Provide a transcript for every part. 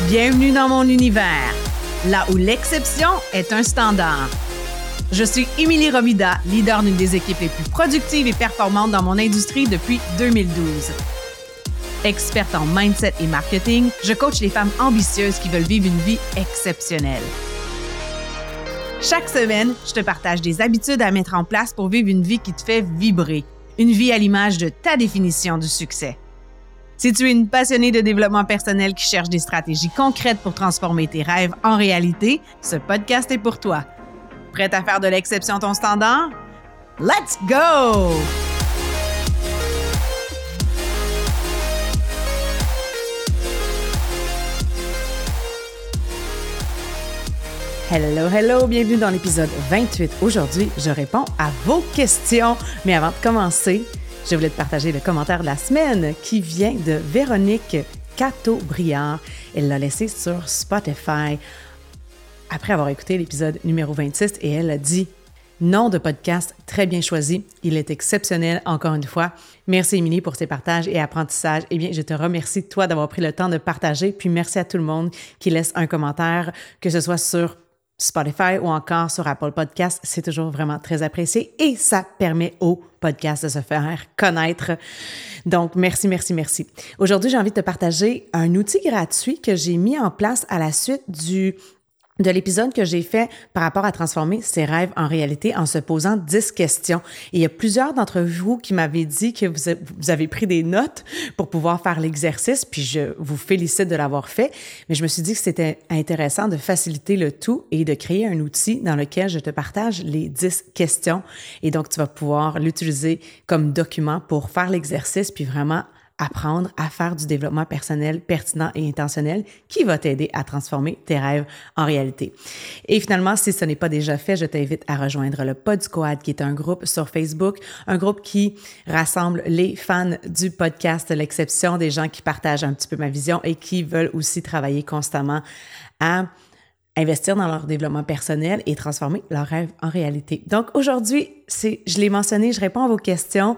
Bienvenue dans mon univers, là où l'exception est un standard. Je suis Émilie Romida, leader d'une des équipes les plus productives et performantes dans mon industrie depuis 2012. Experte en mindset et marketing, je coach les femmes ambitieuses qui veulent vivre une vie exceptionnelle. Chaque semaine, je te partage des habitudes à mettre en place pour vivre une vie qui te fait vibrer, une vie à l'image de ta définition du succès. Si tu es une passionnée de développement personnel qui cherche des stratégies concrètes pour transformer tes rêves en réalité, ce podcast est pour toi. Prête à faire de l'exception ton standard? Let's go! Hello, bienvenue dans l'épisode 28. Aujourd'hui, je réponds à vos questions. Mais avant de commencer, je voulais te partager le commentaire de la semaine qui vient de Véronique Cateau-Briard. Elle l'a laissé sur Spotify après avoir écouté l'épisode numéro 26 et elle a dit « Nom de podcast très bien choisi. Il est exceptionnel, encore une fois. Merci Émilie pour tes partages et apprentissages. Eh bien, je te remercie toi d'avoir pris le temps de partager. Puis merci à tout le monde qui laisse un commentaire, que ce soit sur Spotify ou encore sur Apple Podcasts, c'est toujours vraiment très apprécié et ça permet au podcast de se faire connaître. Donc, merci. Aujourd'hui, j'ai envie de te partager un outil gratuit que j'ai mis en place à la suite de l'épisode que j'ai fait par rapport à transformer ses rêves en réalité en se posant 10 questions. Et il y a plusieurs d'entre vous qui m'avaient dit que vous avez pris des notes pour pouvoir faire l'exercice, puis je vous félicite de l'avoir fait. Mais je me suis dit que c'était intéressant de faciliter le tout et de créer un outil dans lequel je te partage les 10 questions. Et donc, tu vas pouvoir l'utiliser comme document pour faire l'exercice, puis vraiment apprendre à faire du développement personnel pertinent et intentionnel qui va t'aider à transformer tes rêves en réalité. Et finalement, si ce n'est pas déjà fait, je t'invite à rejoindre le Pod Squad, qui est un groupe sur Facebook, un groupe qui rassemble les fans du podcast L'Exception, des gens qui partagent un petit peu ma vision et qui veulent aussi travailler constamment à investir dans leur développement personnel et transformer leurs rêves en réalité. Donc aujourd'hui, je l'ai mentionné, je réponds à vos questions.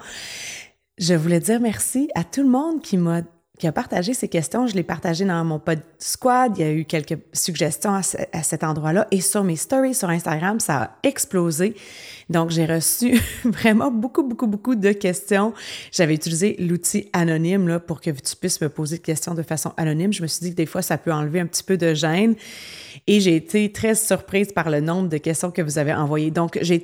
Je voulais dire merci à tout le monde qui a partagé ces questions. Je l'ai partagé dans mon Pod Squad. Il y a eu quelques suggestions à cet endroit-là. Et sur mes stories sur Instagram, ça a explosé. Donc, j'ai reçu vraiment beaucoup de questions. J'avais utilisé l'outil anonyme là, pour que tu puisses me poser des questions de façon anonyme. Je me suis dit que des fois, ça peut enlever un petit peu de gêne. Et j'ai été très surprise par le nombre de questions que vous avez envoyées. Donc, j'ai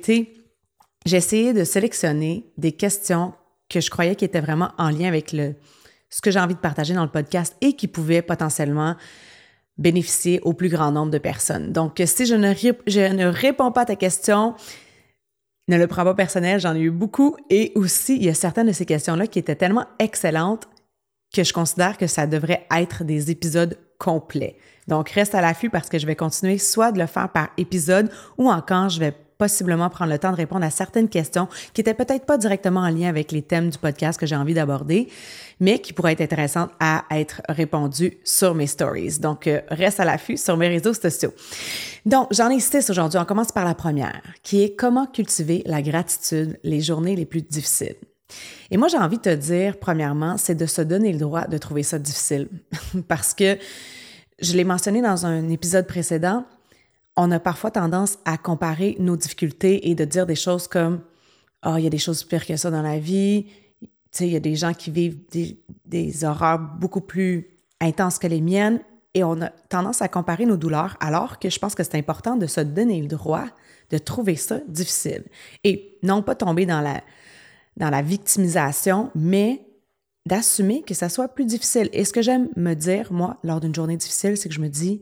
essayé de sélectionner des questions que je croyais qui était vraiment en lien avec ce que j'ai envie de partager dans le podcast et qui pouvait potentiellement bénéficier au plus grand nombre de personnes. Donc, si je ne réponds pas à ta question, ne le prends pas personnel, j'en ai eu beaucoup. Et aussi, il y a certaines de ces questions-là qui étaient tellement excellentes que je considère que ça devrait être des épisodes complets. Donc, reste à l'affût parce que je vais continuer soit de le faire par épisode ou encore je vais possiblement prendre le temps de répondre à certaines questions qui n'étaient peut-être pas directement en lien avec les thèmes du podcast que j'ai envie d'aborder, mais qui pourraient être intéressantes à être répondues sur mes stories. Donc, reste à l'affût sur mes réseaux sociaux. Donc, j'en ai 6 aujourd'hui. On commence par la première, qui est comment cultiver la gratitude les journées les plus difficiles. Et moi, j'ai envie de te dire, premièrement, c'est de se donner le droit de trouver ça difficile. Parce que, je l'ai mentionné dans un épisode précédent, on a parfois tendance à comparer nos difficultés et de dire des choses comme « Ah, il y a des choses pires que ça dans la vie. » Tu sais, il y a des gens qui vivent des horreurs beaucoup plus intenses que les miennes et on a tendance à comparer nos douleurs alors que je pense que c'est important de se donner le droit de trouver ça difficile. Et non pas tomber dans la victimisation, mais d'assumer que ça soit plus difficile. Et ce que j'aime me dire, moi, lors d'une journée difficile, c'est que je me dis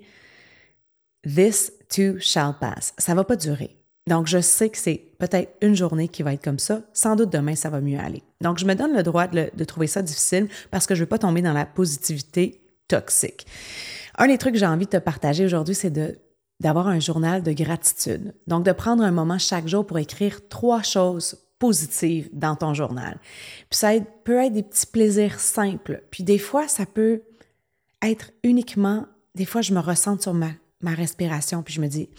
« This too shall pass ». Ça va pas durer. Donc, je sais que c'est peut-être une journée qui va être comme ça. Sans doute, demain, ça va mieux aller. Donc, je me donne le droit de trouver ça difficile parce que je veux pas tomber dans la positivité toxique. Un des trucs que j'ai envie de te partager aujourd'hui, c'est d'avoir un journal de gratitude. Donc, de prendre un moment chaque jour pour écrire 3 choses positives dans ton journal. Puis ça peut être des petits plaisirs simples. Puis des fois, ça peut être uniquement... Des fois, je me ressente sur ma respiration, puis je me dis,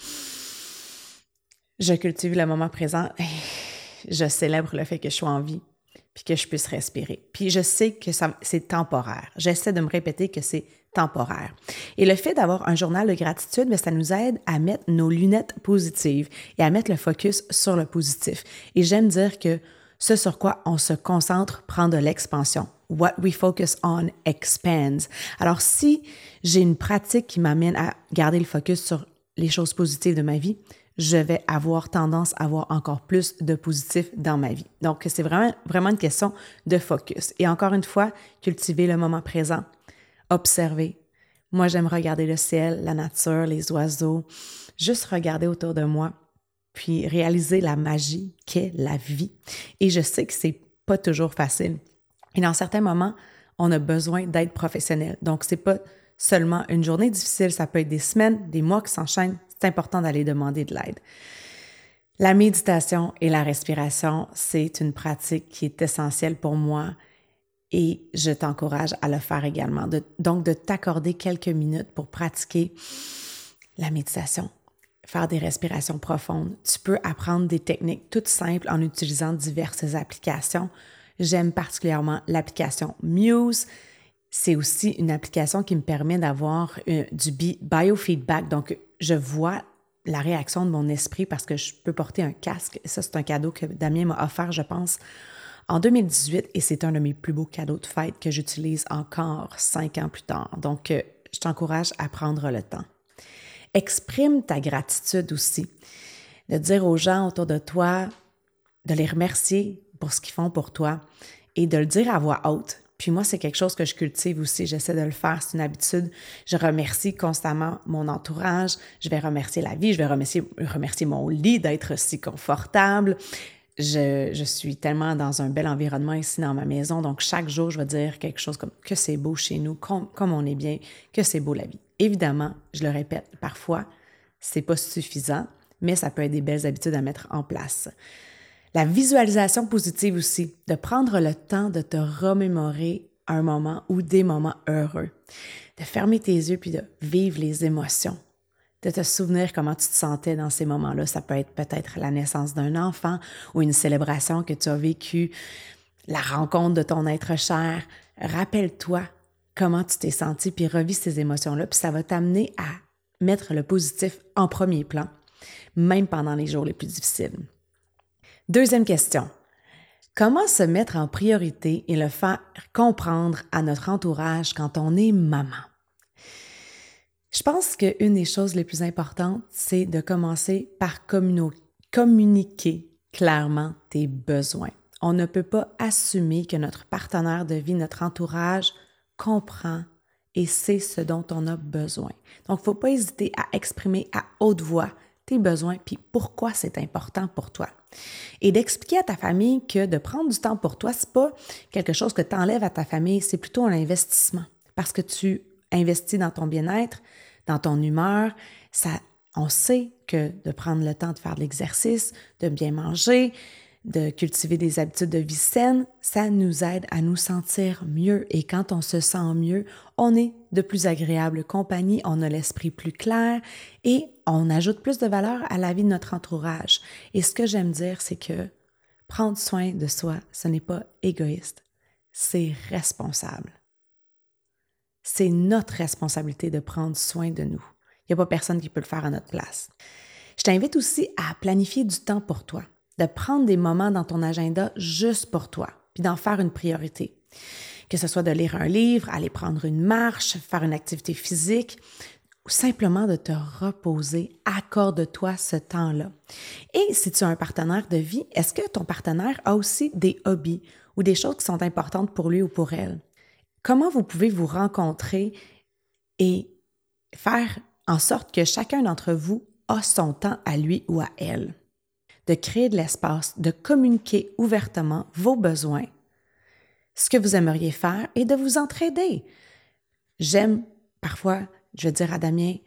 je cultive le moment présent, je célèbre le fait que je sois en vie, puis que je puisse respirer. Puis je sais que c'est temporaire. J'essaie de me répéter que c'est temporaire. Et le fait d'avoir un journal de gratitude, bien, ça nous aide à mettre nos lunettes positives et à mettre le focus sur le positif. Et j'aime dire que ce sur quoi on se concentre prend de l'expansion. What we focus on expands. Alors, si j'ai une pratique qui m'amène à garder le focus sur les choses positives de ma vie, je vais avoir tendance à avoir encore plus de positif dans ma vie. Donc, c'est vraiment une question de focus. Et encore une fois, cultiver le moment présent, observer. Moi, j'aime regarder le ciel, la nature, les oiseaux, juste regarder autour de moi, puis réaliser la magie qu'est la vie. Et je sais que c'est pas toujours facile. Et dans certains moments, on a besoin d'aide professionnelle. Donc, c'est pas seulement une journée difficile, ça peut être des semaines, des mois qui s'enchaînent. C'est important d'aller demander de l'aide. La méditation et la respiration, c'est une pratique qui est essentielle pour moi et je t'encourage à le faire également. Donc, de t'accorder quelques minutes pour pratiquer la méditation, faire des respirations profondes. Tu peux apprendre des techniques toutes simples en utilisant diverses applications. J'aime particulièrement l'application Muse. C'est aussi une application qui me permet d'avoir du biofeedback. Donc, je vois la réaction de mon esprit parce que je peux porter un casque. Et ça, c'est un cadeau que Damien m'a offert, je pense, en 2018. Et c'est un de mes plus beaux cadeaux de fête que j'utilise encore 5 ans plus tard. Donc, je t'encourage à prendre le temps. Exprime ta gratitude aussi. De dire aux gens autour de toi, de les remercier pour ce qu'ils font pour toi et de le dire à voix haute. Puis moi, c'est quelque chose que je cultive aussi. J'essaie de le faire, c'est une habitude. Je remercie constamment mon entourage. Je vais remercier la vie. Je vais remercier mon lit d'être si confortable. Je suis tellement dans un bel environnement ici dans ma maison. Donc, chaque jour, je vais dire quelque chose comme que c'est beau chez nous, comme on est bien, que c'est beau la vie. Évidemment, je le répète, parfois, c'est pas suffisant, mais ça peut être des belles habitudes à mettre en place. La visualisation positive aussi, de prendre le temps de te remémorer un moment ou des moments heureux, de fermer tes yeux puis de vivre les émotions, de te souvenir comment tu te sentais dans ces moments-là. Ça peut être peut-être la naissance d'un enfant ou une célébration que tu as vécue, la rencontre de ton être cher. Rappelle-toi comment tu t'es senti puis revis ces émotions-là, puis ça va t'amener à mettre le positif en premier plan, même pendant les jours les plus difficiles. Deuxième question. Comment se mettre en priorité et le faire comprendre à notre entourage quand on est maman? Je pense qu'une des choses les plus importantes, c'est de commencer par communiquer clairement tes besoins. On ne peut pas assumer que notre partenaire de vie, notre entourage, comprend et sait ce dont on a besoin. Donc, il ne faut pas hésiter à exprimer à haute voix tes besoins puis pourquoi c'est important pour toi. Et d'expliquer à ta famille que de prendre du temps pour toi, c'est pas quelque chose que tu enlèves à ta famille, c'est plutôt un investissement parce que tu investis dans ton bien-être, dans ton humeur. On sait que de prendre le temps de faire de l'exercice, de bien manger, de cultiver des habitudes de vie saines, ça nous aide à nous sentir mieux. Et quand on se sent mieux, on est de plus agréable compagnie, on a l'esprit plus clair et on ajoute plus de valeur à la vie de notre entourage. Et ce que j'aime dire, c'est que prendre soin de soi, ce n'est pas égoïste, c'est responsable. C'est notre responsabilité de prendre soin de nous. Il n'y a pas personne qui peut le faire à notre place. Je t'invite aussi à planifier du temps pour toi, de prendre des moments dans ton agenda juste pour toi, puis d'en faire une priorité. Que ce soit de lire un livre, aller prendre une marche, faire une activité physique, ou simplement de te reposer, accorde-toi ce temps-là. Et si tu as un partenaire de vie, est-ce que ton partenaire a aussi des hobbies ou des choses qui sont importantes pour lui ou pour elle? Comment vous pouvez vous rencontrer et faire en sorte que chacun d'entre vous a son temps à lui ou à elle? De créer de l'espace, de communiquer ouvertement vos besoins, ce que vous aimeriez faire et de vous entraider. J'aime parfois, je vais dire à Damien,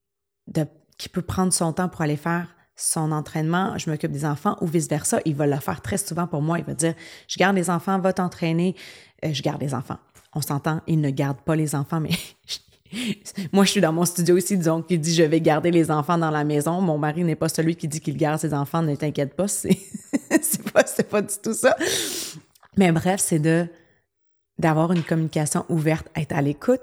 qui peut prendre son temps pour aller faire son entraînement, je m'occupe des enfants ou vice-versa. Il va le faire très souvent pour moi. Il va dire, je garde les enfants, va t'entraîner. Je garde les enfants. On s'entend, il ne garde pas les enfants, mais moi, je suis dans mon studio ici, donc il dit, je vais garder les enfants dans la maison. Mon mari n'est pas celui qui dit qu'il garde ses enfants, ne t'inquiète pas, c'est pas du tout ça. Mais bref, c'est d'avoir une communication ouverte, être à l'écoute,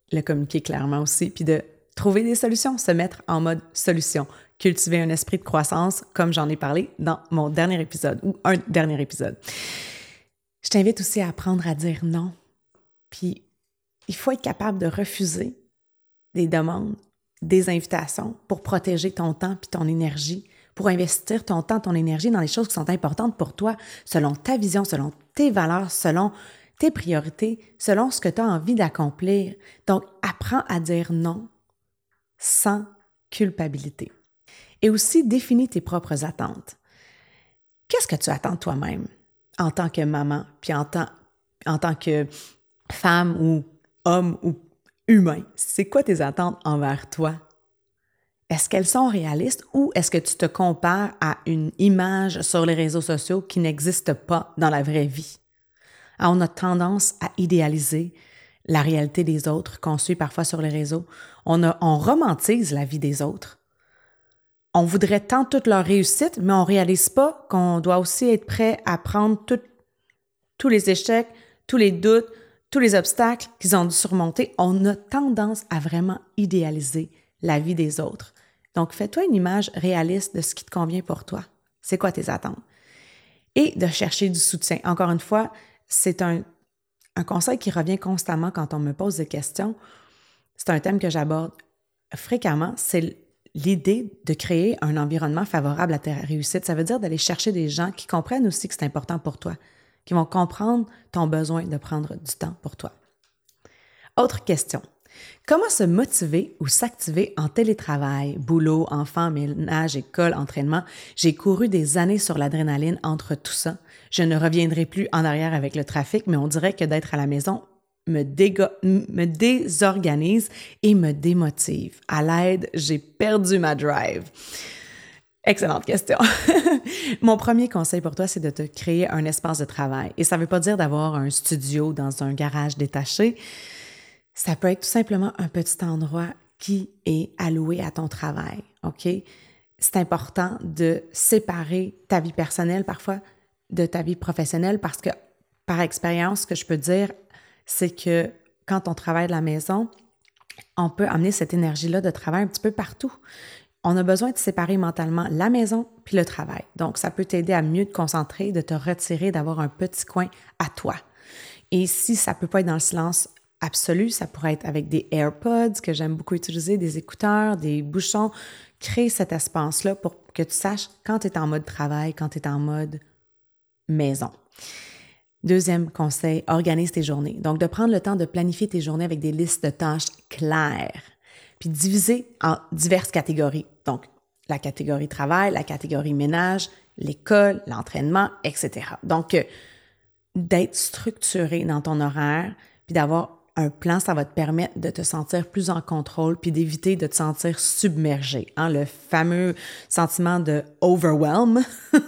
le communiquer clairement aussi, puis de trouver des solutions, se mettre en mode solution, cultiver un esprit de croissance, comme j'en ai parlé dans mon dernier épisode, ou un dernier épisode. Je t'invite aussi à apprendre à dire non, puis il faut être capable de refuser des demandes, des invitations pour protéger ton temps puis ton énergie, pour investir ton temps, ton énergie dans les choses qui sont importantes pour toi, selon ta vision, selon tes valeurs, selon tes priorités, selon ce que tu as envie d'accomplir. Donc, apprends à dire non sans culpabilité. Et aussi, définis tes propres attentes. Qu'est-ce que tu attends de toi-même en tant que maman, puis en tant que femme ou homme ou humain? C'est quoi tes attentes envers toi? Est-ce qu'elles sont réalistes ou est-ce que tu te compares à une image sur les réseaux sociaux qui n'existe pas dans la vraie vie? Alors, on a tendance à idéaliser la réalité des autres qu'on suit parfois sur les réseaux. On romantise la vie des autres. On voudrait tant toute leur réussite, mais on ne réalise pas qu'on doit aussi être prêt à prendre tous les échecs, tous les doutes, tous les obstacles qu'ils ont dû surmonter. On a tendance à vraiment idéaliser la vie des autres. Donc, fais-toi une image réaliste de ce qui te convient pour toi. C'est quoi tes attentes? Et de chercher du soutien. Encore une fois, c'est un conseil qui revient constamment quand on me pose des questions. C'est un thème que j'aborde fréquemment. C'est l'idée de créer un environnement favorable à ta réussite. Ça veut dire d'aller chercher des gens qui comprennent aussi que c'est important pour toi, qui vont comprendre ton besoin de prendre du temps pour toi. Autre question. Comment se motiver ou s'activer en télétravail, boulot, enfants, ménage, école, entraînement? J'ai couru des années sur l'adrénaline entre tout ça. Je ne reviendrai plus en arrière avec le trafic, mais on dirait que d'être à la maison me désorganise et me démotive. À l'aide, j'ai perdu ma drive. Excellente question. Mon premier conseil pour toi, c'est de te créer un espace de travail. Et ça ne veut pas dire d'avoir un studio dans un garage détaché. Ça peut être tout simplement un petit endroit qui est alloué à ton travail, OK? C'est important de séparer ta vie personnelle parfois de ta vie professionnelle parce que, par expérience, ce que je peux dire, c'est que quand on travaille de la maison, on peut amener cette énergie-là de travail un petit peu partout. On a besoin de séparer mentalement la maison puis le travail. Donc, ça peut t'aider à mieux te concentrer, de te retirer, d'avoir un petit coin à toi. Et si ça ne peut pas être dans le silence absolu, ça pourrait être avec des AirPods que j'aime beaucoup utiliser, des écouteurs, des bouchons. Crée cet espace-là pour que tu saches quand tu es en mode travail, quand tu es en mode maison. Deuxième conseil, organise tes journées. Donc, de prendre le temps de planifier tes journées avec des listes de tâches claires, puis diviser en diverses catégories. Donc, la catégorie travail, la catégorie ménage, l'école, l'entraînement, etc. Donc, d'être structuré dans ton horaire, puis d'avoir un plan, ça va te permettre de te sentir plus en contrôle puis d'éviter de te sentir submergé. Le fameux sentiment de overwhelm,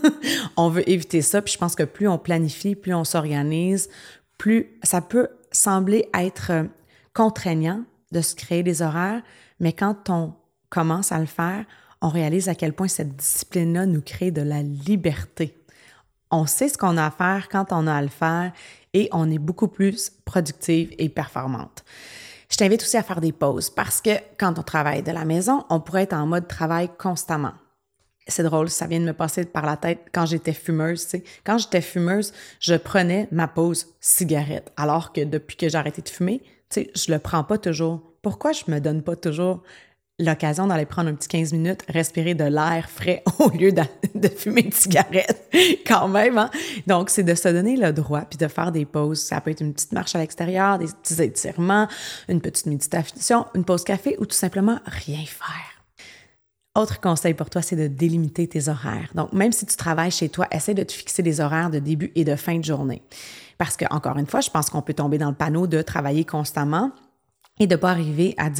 on veut éviter ça. Puis je pense que plus on planifie, plus on s'organise, plus ça peut sembler être contraignant de se créer des horaires, mais quand on commence à le faire, on réalise à quel point cette discipline-là nous crée de la liberté. On sait ce qu'on a à faire quand on a à le faire et on est beaucoup plus productive et performante. Je t'invite aussi à faire des pauses parce que quand on travaille de la maison, on pourrait être en mode travail constamment. C'est drôle, ça vient de me passer par la tête quand j'étais fumeuse. Quand j'étais fumeuse, je prenais ma pause cigarette alors que depuis que j'ai arrêté de fumer, je le prends pas toujours. Pourquoi je me donne pas toujours l'occasion d'aller prendre un petit 15 minutes, respirer de l'air frais au lieu de fumer une cigarette quand même, hein? Donc, c'est de se donner le droit puis de faire des pauses. Ça peut être une petite marche à l'extérieur, des petits étirements, une petite méditation, une pause café ou tout simplement rien faire. Autre conseil pour toi, c'est de délimiter tes horaires. Donc, même si tu travailles chez toi, essaie de te fixer des horaires de début et de fin de journée. Parce que, encore une fois, je pense qu'on peut tomber dans le panneau de travailler constamment et de ne pas arriver à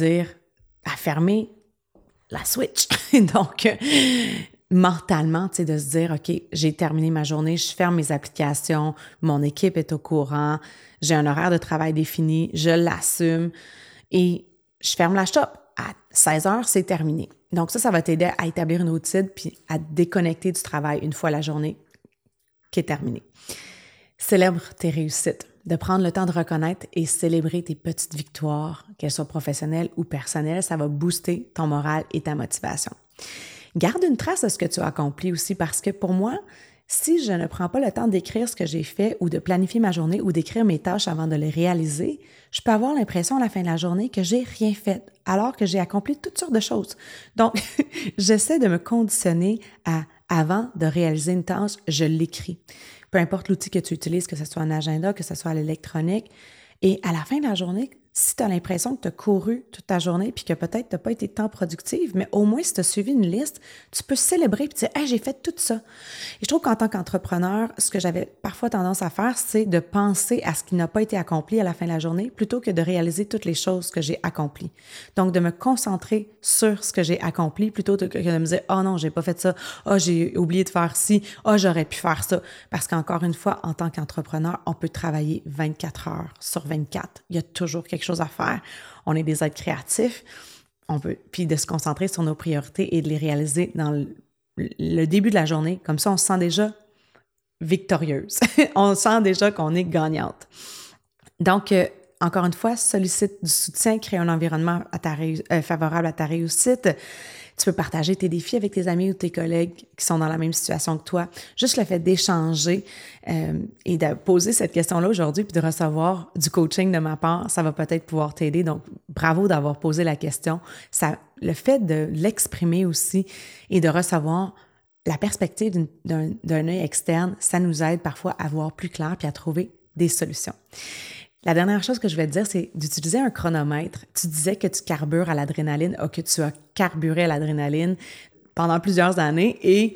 fermer la switch. Donc, mentalement, de se dire, OK, j'ai terminé ma journée, je ferme mes applications, mon équipe est au courant, j'ai un horaire de travail défini, je l'assume et je ferme la shop. À 16 heures, c'est terminé. Donc, ça va t'aider à établir une routine puis à te déconnecter du travail une fois la journée qui est terminée. Célèbre tes réussites. de prendre le temps de reconnaître et célébrer tes petites victoires, qu'elles soient professionnelles ou personnelles, ça va booster ton moral et ta motivation. Garde une trace de ce que tu as accompli aussi parce que pour moi, si je ne prends pas le temps d'écrire ce que j'ai fait ou de planifier ma journée ou d'écrire mes tâches avant de les réaliser, je peux avoir l'impression à la fin de la journée que j'ai rien fait alors que j'ai accompli toutes sortes de choses. Donc, j'essaie de me conditionner à, avant de réaliser une tâche, je l'écris. Peu importe l'outil que tu utilises, que ce soit un agenda, que ce soit à l'électronique. Et à la fin de la journée, si tu as l'impression que tu as couru toute ta journée puis que peut-être tu n'as pas été tant productive, mais au moins si tu as suivi une liste, tu peux célébrer et dire « Hey, j'ai fait tout ça ». Et je trouve qu'en tant qu'entrepreneur, ce que j'avais parfois tendance à faire, c'est de penser à ce qui n'a pas été accompli à la fin de la journée plutôt que de réaliser toutes les choses que j'ai accomplies. Donc, de me concentrer sur ce que j'ai accompli plutôt que de me dire « Oh non, j'ai pas fait ça. Oh, j'ai oublié de faire ci. Oh, j'aurais pu faire ça. » Parce qu'encore une fois, en tant qu'entrepreneur, on peut travailler 24 heures sur 24. Il y a toujours quelque chose à faire. On est des êtres créatifs. On peut, puis de se concentrer sur nos priorités et de les réaliser dans le début de la journée. Comme ça, on se sent déjà victorieuse. On sent déjà qu'on est gagnante. Donc, encore une fois, sollicite du soutien, crée un environnement favorable à ta réussite. Tu peux partager tes défis avec tes amis ou tes collègues qui sont dans la même situation que toi. Juste le fait d'échanger et de poser cette question-là aujourd'hui puis de recevoir du coaching de ma part, ça va peut-être pouvoir t'aider. Donc, bravo d'avoir posé la question. Le fait de l'exprimer aussi et de recevoir la perspective d'un œil externe, ça nous aide parfois à voir plus clair puis à trouver des solutions. La dernière chose que je vais te dire, c'est d'utiliser un chronomètre. Tu disais que tu carbures à l'adrénaline ou que tu as carburé à l'adrénaline pendant plusieurs années et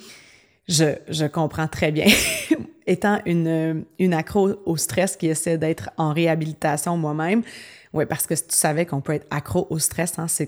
je comprends très bien. Étant une accro au stress qui essaie d'être en réhabilitation moi-même, oui, parce que tu savais qu'on peut être accro au stress, hein,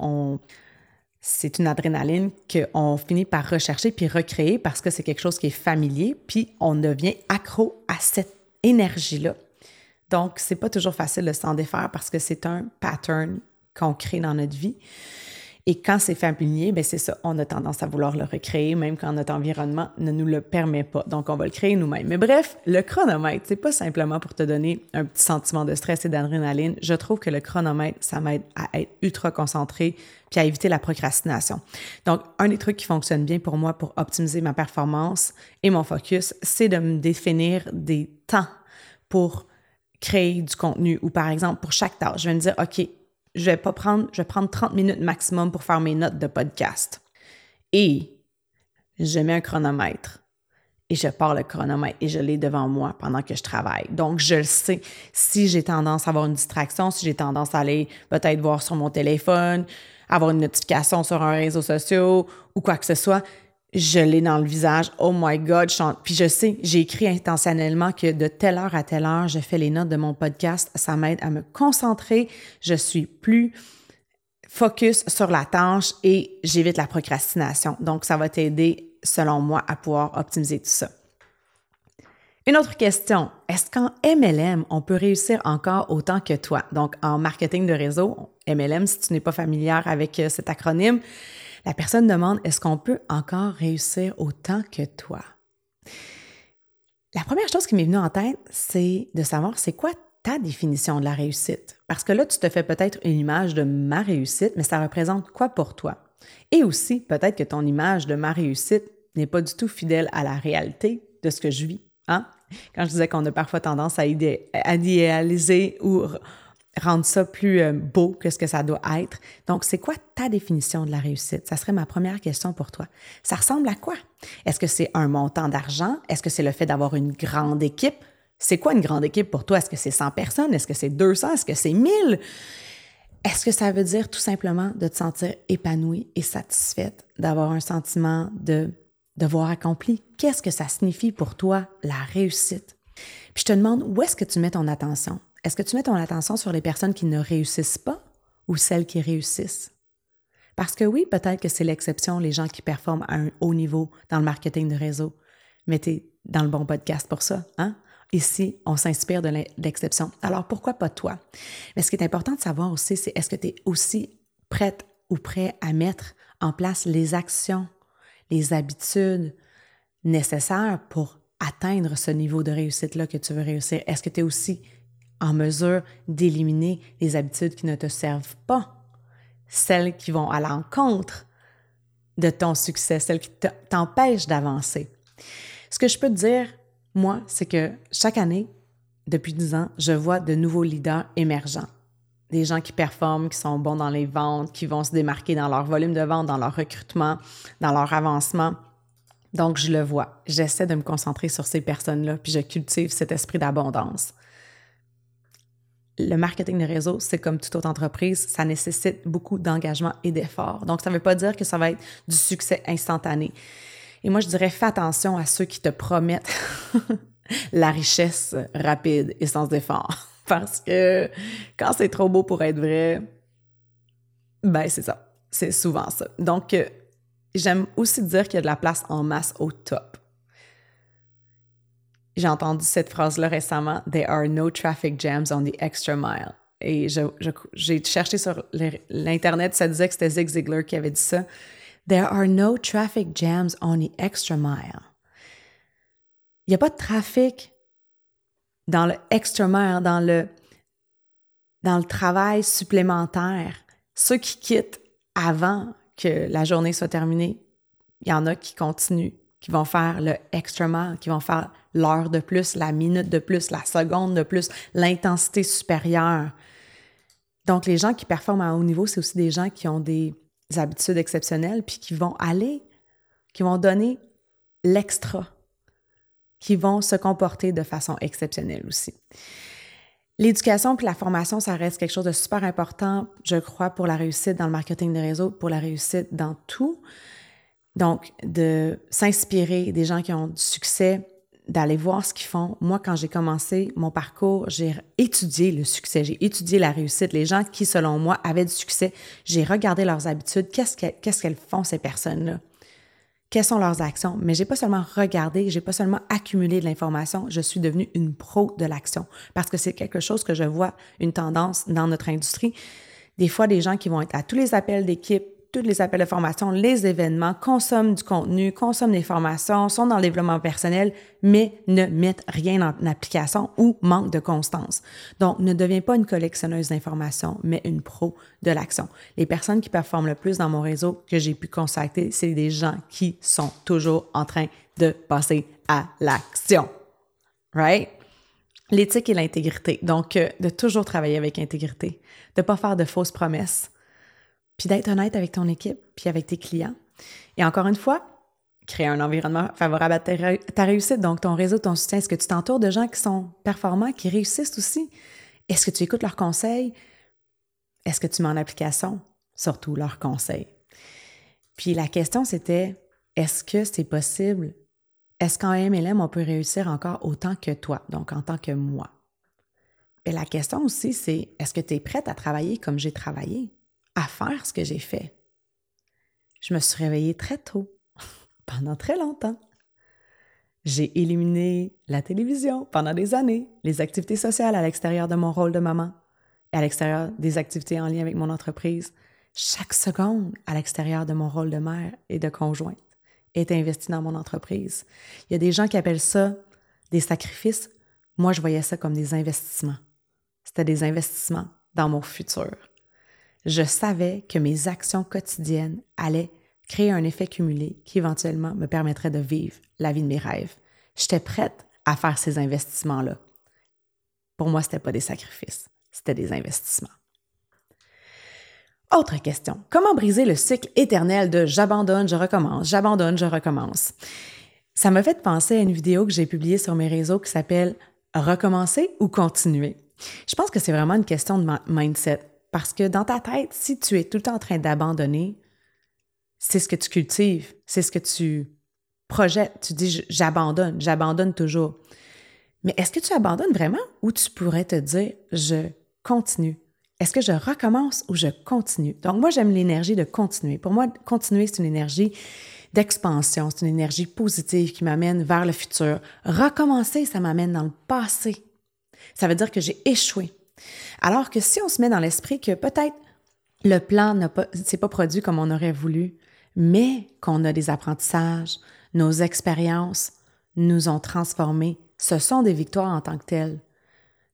c'est une adrénaline qu'on finit par rechercher puis recréer parce que c'est quelque chose qui est familier, puis on devient accro à cette énergie-là. Donc, c'est pas toujours facile de s'en défaire parce que c'est un pattern qu'on crée dans notre vie. Et quand c'est familier, bien c'est ça, on a tendance à vouloir le recréer, même quand notre environnement ne nous le permet pas. Donc, on va le créer nous-mêmes. Mais bref, le chronomètre, c'est pas simplement pour te donner un petit sentiment de stress et d'adrénaline. Je trouve que le chronomètre, ça m'aide à être ultra concentré puis à éviter la procrastination. Donc, un des trucs qui fonctionne bien pour moi pour optimiser ma performance et mon focus, c'est de me définir des temps pour créer du contenu ou par exemple, pour chaque tâche, je vais me dire, OK, je vais prendre 30 minutes maximum pour faire mes notes de podcast. Et je mets un chronomètre et je pars le chronomètre et je l'ai devant moi pendant que je travaille. Donc, je le sais. Si j'ai tendance à avoir une distraction, si j'ai tendance à aller peut-être voir sur mon téléphone, avoir une notification sur un réseau social ou quoi que ce soit, je l'ai dans le visage. Oh my God! Puis je sais, j'ai écrit intentionnellement que de telle heure à telle heure, je fais les notes de mon podcast. Ça m'aide à me concentrer. Je suis plus focus sur la tâche et j'évite la procrastination. Donc, ça va t'aider, selon moi, à pouvoir optimiser tout ça. Une autre question. Est-ce qu'en MLM, on peut réussir encore autant que toi? Donc, en marketing de réseau, MLM, si tu n'es pas familière avec cet acronyme, la personne demande, est-ce qu'on peut encore réussir autant que toi? La première chose qui m'est venue en tête, c'est de savoir c'est quoi ta définition de la réussite. Parce que là, tu te fais peut-être une image de ma réussite, mais ça représente quoi pour toi? Et aussi, peut-être que ton image de ma réussite n'est pas du tout fidèle à la réalité de ce que je vis. Hein? Quand je disais qu'on a parfois tendance à idéaliser ou rendre ça plus beau que ce que ça doit être. Donc, c'est quoi ta définition de la réussite? Ça serait ma première question pour toi. Ça ressemble à quoi? Est-ce que c'est un montant d'argent? Est-ce que c'est le fait d'avoir une grande équipe? C'est quoi une grande équipe pour toi? Est-ce que c'est 100 personnes? Est-ce que c'est 200? Est-ce que c'est 1000? Est-ce que ça veut dire tout simplement de te sentir épanouie et satisfaite, d'avoir un sentiment de devoir accompli? Qu'est-ce que ça signifie pour toi, la réussite? Puis je te demande, où est-ce que tu mets ton attention? Est-ce que tu mets ton attention sur les personnes qui ne réussissent pas ou celles qui réussissent? Parce que oui, peut-être que c'est l'exception, les gens qui performent à un haut niveau dans le marketing de réseau. Mais tu es dans le bon podcast pour ça, hein? Ici, on s'inspire de l'exception. Alors, pourquoi pas toi? Mais ce qui est important de savoir aussi, c'est est-ce que tu es aussi prête ou prêt à mettre en place les actions, les habitudes nécessaires pour atteindre ce niveau de réussite-là que tu veux réussir? Est-ce que tu es aussi en mesure d'éliminer les habitudes qui ne te servent pas, celles qui vont à l'encontre de ton succès, celles qui t'empêchent d'avancer. Ce que je peux te dire, moi, c'est que chaque année, depuis 10 ans, je vois de nouveaux leaders émergents. Des gens qui performent, qui sont bons dans les ventes, qui vont se démarquer dans leur volume de vente, dans leur recrutement, dans leur avancement. Donc, je le vois. J'essaie de me concentrer sur ces personnes-là, puis je cultive cet esprit d'abondance. Le marketing de réseau, c'est comme toute autre entreprise, ça nécessite beaucoup d'engagement et d'effort. Donc, ça ne veut pas dire que ça va être du succès instantané. Et moi, je dirais, fais attention à ceux qui te promettent la richesse rapide et sans effort. Parce que quand c'est trop beau pour être vrai, ben c'est ça. C'est souvent ça. Donc, j'aime aussi dire qu'il y a de la place en masse au top. J'ai entendu cette phrase-là récemment, « There are no traffic jams on the extra mile ». Et j'ai cherché sur l'Internet, ça disait que c'était Zig Ziglar qui avait dit ça. « There are no traffic jams on the extra mile ». Il n'y a pas de trafic dans le extra mile, dans le travail supplémentaire. Ceux qui quittent avant que la journée soit terminée, il y en a qui continuent, qui vont faire le extra mile, qui vont faire l'heure de plus, la minute de plus, la seconde de plus, l'intensité supérieure. Donc, les gens qui performent à haut niveau, c'est aussi des gens qui ont des habitudes exceptionnelles puis qui vont donner l'extra, qui vont se comporter de façon exceptionnelle aussi. L'éducation puis la formation, ça reste quelque chose de super important, je crois, pour la réussite dans le marketing de réseau, pour la réussite dans tout. Donc, de s'inspirer des gens qui ont du succès, d'aller voir ce qu'ils font. Moi, quand j'ai commencé mon parcours, j'ai étudié le succès, j'ai étudié la réussite. Les gens qui, selon moi, avaient du succès, j'ai regardé leurs habitudes. Qu'est-ce qu'elles font, ces personnes-là? Quelles sont leurs actions? Mais j'ai pas seulement regardé, j'ai pas seulement accumulé de l'information, je suis devenue une pro de l'action. Parce que c'est quelque chose que je vois, une tendance dans notre industrie. Des fois, des gens qui vont être à tous les appels d'équipe, tous les appels de formation, les événements, consomment du contenu, consomment des formations, sont dans le développement personnel, mais ne mettent rien en application ou manquent de constance. Donc, ne deviens pas une collectionneuse d'informations, mais une pro de l'action. Les personnes qui performent le plus dans mon réseau que j'ai pu contacter, c'est des gens qui sont toujours en train de passer à l'action. Right? L'éthique et l'intégrité. Donc, de toujours travailler avec intégrité, de ne pas faire de fausses promesses, puis d'être honnête avec ton équipe, puis avec tes clients. Et encore une fois, créer un environnement favorable à ta réussite, donc ton réseau, ton soutien. Est-ce que tu t'entoures de gens qui sont performants, qui réussissent aussi? Est-ce que tu écoutes leurs conseils? Est-ce que tu mets en application, surtout leurs conseils? Puis la question, c'était, est-ce que c'est possible? Est-ce qu'en MLM, on peut réussir encore autant que toi, donc en tant que moi? Et la question aussi, c'est, est-ce que tu es prête à travailler comme j'ai travaillé? À faire ce que j'ai fait. Je me suis réveillée très tôt, pendant très longtemps. J'ai éliminé la télévision pendant des années, les activités sociales à l'extérieur de mon rôle de maman et à l'extérieur des activités en lien avec mon entreprise. Chaque seconde à l'extérieur de mon rôle de mère et de conjointe est investie dans mon entreprise. Il y a des gens qui appellent ça des sacrifices. Moi, je voyais ça comme des investissements. C'était des investissements dans mon futur. Je savais que mes actions quotidiennes allaient créer un effet cumulé qui éventuellement me permettrait de vivre la vie de mes rêves. J'étais prête à faire ces investissements-là. Pour moi, ce n'était pas des sacrifices, c'était des investissements. Autre question. Comment briser le cycle éternel de « j'abandonne, je recommence, j'abandonne, je recommence ». Ça m'a fait penser à une vidéo que j'ai publiée sur mes réseaux qui s'appelle « Recommencer ou continuer ». Je pense que c'est vraiment une question de mindset. Parce que dans ta tête, si tu es tout le temps en train d'abandonner, c'est ce que tu cultives, c'est ce que tu projettes. Tu dis « j'abandonne toujours ». Mais est-ce que tu abandonnes vraiment ou tu pourrais te dire « je continue ». Est-ce que je recommence ou je continue? Donc moi, j'aime l'énergie de continuer. Pour moi, continuer, c'est une énergie d'expansion, c'est une énergie positive qui m'amène vers le futur. Recommencer, ça m'amène dans le passé. Ça veut dire que j'ai échoué. Alors que si on se met dans l'esprit que peut-être le plan ne s'est pas produit comme on aurait voulu, mais qu'on a des apprentissages, nos expériences nous ont transformés, ce sont des victoires en tant que telles.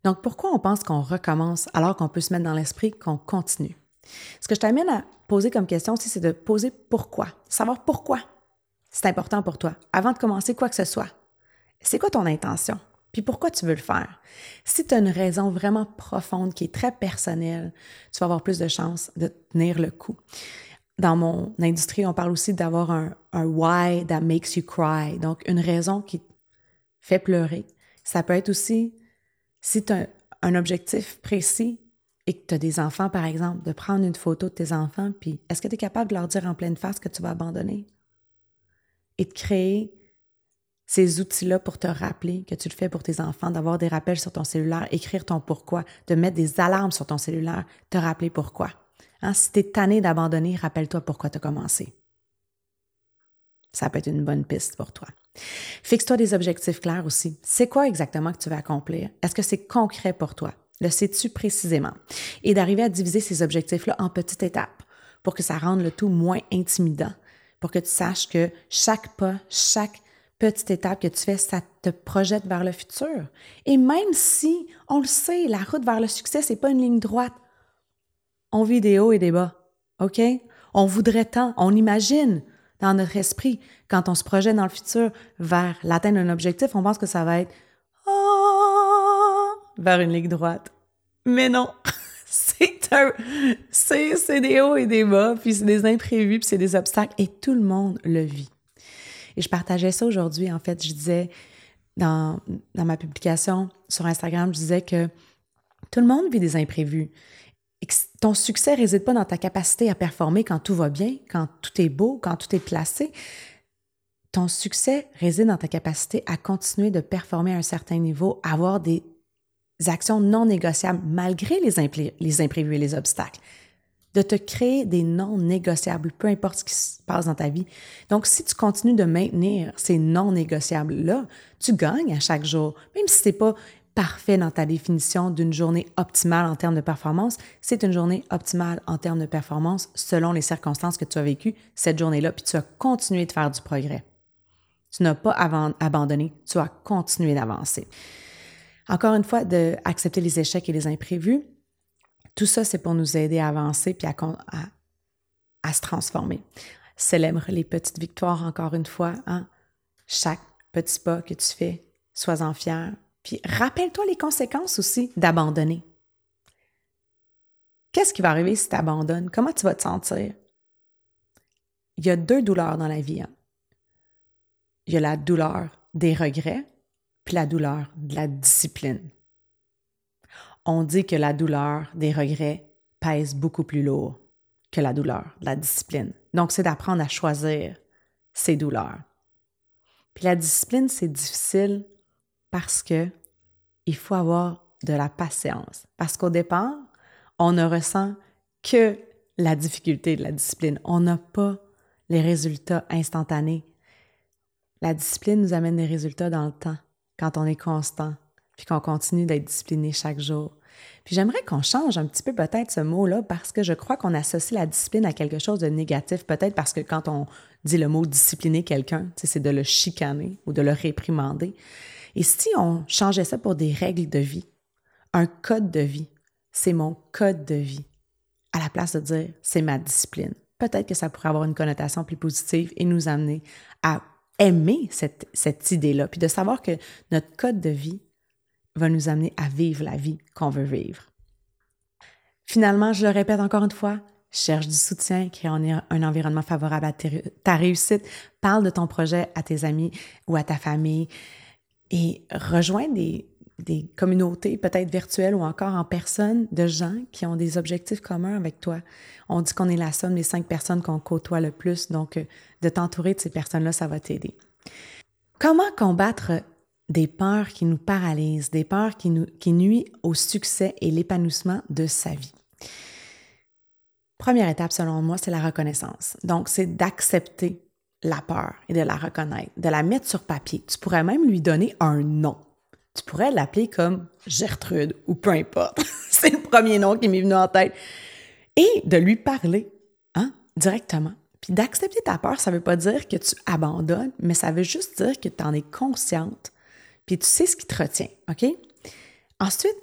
Donc, pourquoi on pense qu'on recommence alors qu'on peut se mettre dans l'esprit qu'on continue? Ce que je t'amène à poser comme question aussi, c'est de poser pourquoi. Savoir pourquoi c'est important pour toi avant de commencer quoi que ce soit. C'est quoi ton intention? Puis pourquoi tu veux le faire? Si tu as une raison vraiment profonde qui est très personnelle, tu vas avoir plus de chances de tenir le coup. Dans mon industrie, on parle aussi d'avoir un why that makes you cry. Donc, une raison qui te fait pleurer. Ça peut être aussi, si tu as un objectif précis et que tu as des enfants, par exemple, de prendre une photo de tes enfants, puis est-ce que tu es capable de leur dire en pleine face que tu vas abandonner? Et de créer ces outils-là pour te rappeler que tu le fais pour tes enfants, d'avoir des rappels sur ton cellulaire, écrire ton pourquoi, de mettre des alarmes sur ton cellulaire, te rappeler pourquoi. Hein? Si tu es tanné d'abandonner, rappelle-toi pourquoi tu as commencé. Ça peut être une bonne piste pour toi. Fixe-toi des objectifs clairs aussi. C'est quoi exactement que tu veux accomplir? Est-ce que c'est concret pour toi? Le sais-tu précisément? Et d'arriver à diviser ces objectifs-là en petites étapes pour que ça rende le tout moins intimidant, pour que tu saches que chaque pas, chaque petite étape que tu fais, ça te projette vers le futur. Et même si, on le sait, la route vers le succès, c'est pas une ligne droite. On vit des hauts et des bas, OK? On voudrait tant, on imagine dans notre esprit, quand on se projette dans le futur vers l'atteinte d'un objectif, on pense que ça va être vers une ligne droite. Mais non, c'est des hauts et des bas, puis c'est des imprévus, puis c'est des obstacles, et tout le monde le vit. Et je partageais ça aujourd'hui, en fait, je disais dans ma publication sur Instagram, je disais que tout le monde vit des imprévus. Et que ton succès ne réside pas dans ta capacité à performer quand tout va bien, quand tout est beau, quand tout est placé. Ton succès réside dans ta capacité à continuer de performer à un certain niveau, à avoir des actions non négociables malgré les imprévus et les obstacles. De te créer des non négociables, peu importe ce qui se passe dans ta vie. Donc, si tu continues de maintenir ces non négociables-là, tu gagnes à chaque jour. Même si ce n'est pas parfait dans ta définition d'une journée optimale en termes de performance, c'est une journée optimale en termes de performance selon les circonstances que tu as vécues cette journée-là, puis tu as continué de faire du progrès. Tu n'as pas abandonné, tu as continué d'avancer. Encore une fois, d'accepter les échecs et les imprévus, tout ça, c'est pour nous aider à avancer puis à se transformer. Célèbre les petites victoires, encore une fois. Hein? Chaque petit pas que tu fais, sois-en fier. Puis rappelle-toi les conséquences aussi d'abandonner. Qu'est-ce qui va arriver si tu abandonnes? Comment tu vas te sentir? Il y a 2 douleurs dans la vie. Hein? Il y a la douleur des regrets puis la douleur de la discipline. On dit que la douleur des regrets pèse beaucoup plus lourd que la douleur de la discipline. Donc, c'est d'apprendre à choisir ces douleurs. Puis la discipline, c'est difficile parce que il faut avoir de la patience. Parce qu'au départ, on ne ressent que la difficulté de la discipline. On n'a pas les résultats instantanés. La discipline nous amène des résultats dans le temps, quand on est constant, puis qu'on continue d'être discipliné chaque jour. Puis j'aimerais qu'on change un petit peu peut-être ce mot-là parce que je crois qu'on associe la discipline à quelque chose de négatif. Peut-être parce que quand on dit le mot discipliner quelqu'un, c'est de le chicaner ou de le réprimander. Et si on changeait ça pour des règles de vie, un code de vie, c'est mon code de vie, à la place de dire c'est ma discipline. Peut-être que ça pourrait avoir une connotation plus positive et nous amener à aimer cette idée-là, puis de savoir que notre code de vie va nous amener à vivre la vie qu'on veut vivre. Finalement, je le répète encore une fois, cherche du soutien, crée un environnement favorable à ta réussite, parle de ton projet à tes amis ou à ta famille et rejoins des communautés peut-être virtuelles ou encore en personne de gens qui ont des objectifs communs avec toi. On dit qu'on est la somme des 5 personnes qu'on côtoie le plus, donc de t'entourer de ces personnes-là, ça va t'aider. Comment combattre des peurs qui nous paralysent, des peurs qui nuisent au succès et l'épanouissement de sa vie? Première étape, selon moi, c'est la reconnaissance. Donc, c'est d'accepter la peur et de la reconnaître, de la mettre sur papier. Tu pourrais même lui donner un nom. Tu pourrais l'appeler comme Gertrude ou peu importe. C'est le premier nom qui m'est venu en tête. Et de lui parler directement. Puis d'accepter ta peur, ça ne veut pas dire que tu abandonnes, mais ça veut juste dire que tu en es consciente puis tu sais ce qui te retient, OK? Ensuite,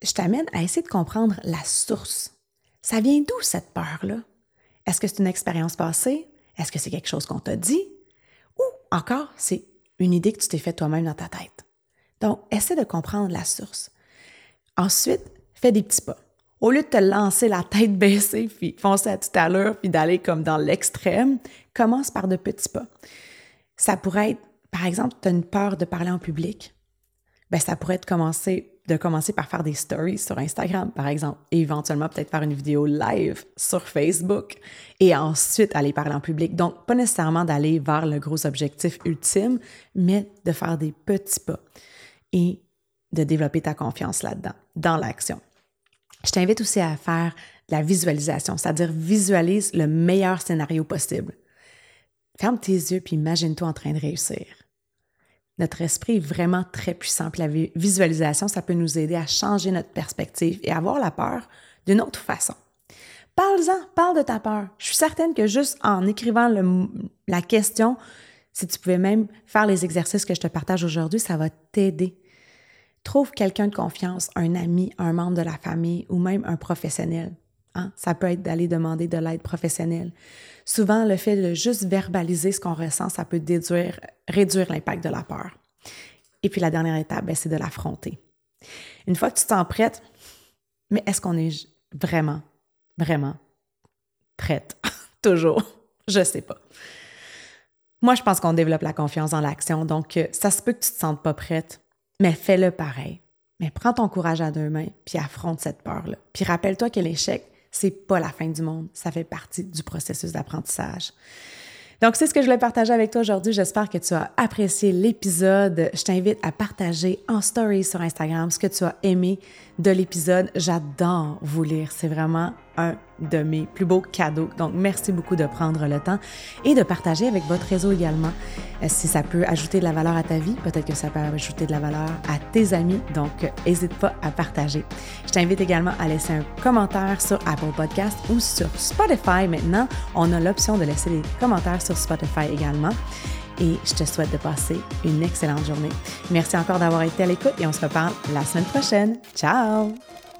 je t'amène à essayer de comprendre la source. Ça vient d'où cette peur-là? Est-ce que c'est une expérience passée? Est-ce que c'est quelque chose qu'on t'a dit? Ou encore, c'est une idée que tu t'es faite toi-même dans ta tête? Donc, essaie de comprendre la source. Ensuite, fais des petits pas. Au lieu de te lancer la tête baissée, puis foncer à toute allure, puis d'aller comme dans l'extrême, commence par de petits pas. Ça pourrait être, par exemple, tu as une peur de parler en public. Bien, ça pourrait être de commencer par faire des stories sur Instagram, par exemple, et éventuellement peut-être faire une vidéo live sur Facebook et ensuite aller parler en public. Donc, pas nécessairement d'aller vers le gros objectif ultime, mais de faire des petits pas et de développer ta confiance là-dedans, dans l'action. Je t'invite aussi à faire de la visualisation, c'est-à-dire visualise le meilleur scénario possible. Ferme tes yeux puis imagine-toi en train de réussir. Notre esprit est vraiment très puissant, puis la visualisation, ça peut nous aider à changer notre perspective et à voir la peur d'une autre façon. Parle-en, parle de ta peur. Je suis certaine que juste en écrivant la question, si tu pouvais même faire les exercices que je te partage aujourd'hui, ça va t'aider. Trouve quelqu'un de confiance, un ami, un membre de la famille ou même un professionnel. Ça peut être d'aller demander de l'aide professionnelle. Souvent, le fait de juste verbaliser ce qu'on ressent, ça peut réduire l'impact de la peur. Et puis la dernière étape, c'est de l'affronter. Une fois que tu te sens prête, mais est-ce qu'on est vraiment, vraiment prête? Toujours. Je sais pas. Moi, je pense qu'on développe la confiance dans l'action, donc ça se peut que tu te sentes pas prête, mais fais-le pareil. Mais prends ton courage à deux mains, puis affronte cette peur-là. Puis rappelle-toi que l'échec, c'est pas la fin du monde. Ça fait partie du processus d'apprentissage. Donc, c'est ce que je voulais partager avec toi aujourd'hui. J'espère que tu as apprécié l'épisode. Je t'invite à partager en story sur Instagram ce que tu as aimé de l'épisode. J'adore vous lire. C'est vraiment un de mes plus beaux cadeaux. Donc, merci beaucoup de prendre le temps et de partager avec votre réseau également. Si ça peut ajouter de la valeur à ta vie, peut-être que ça peut ajouter de la valeur à tes amis. Donc, n'hésite pas à partager. Je t'invite également à laisser un commentaire sur Apple Podcast ou sur Spotify. Maintenant, on a l'option de laisser des commentaires sur Spotify également. Et je te souhaite de passer une excellente journée. Merci encore d'avoir été à l'écoute et on se reparle la semaine prochaine. Ciao!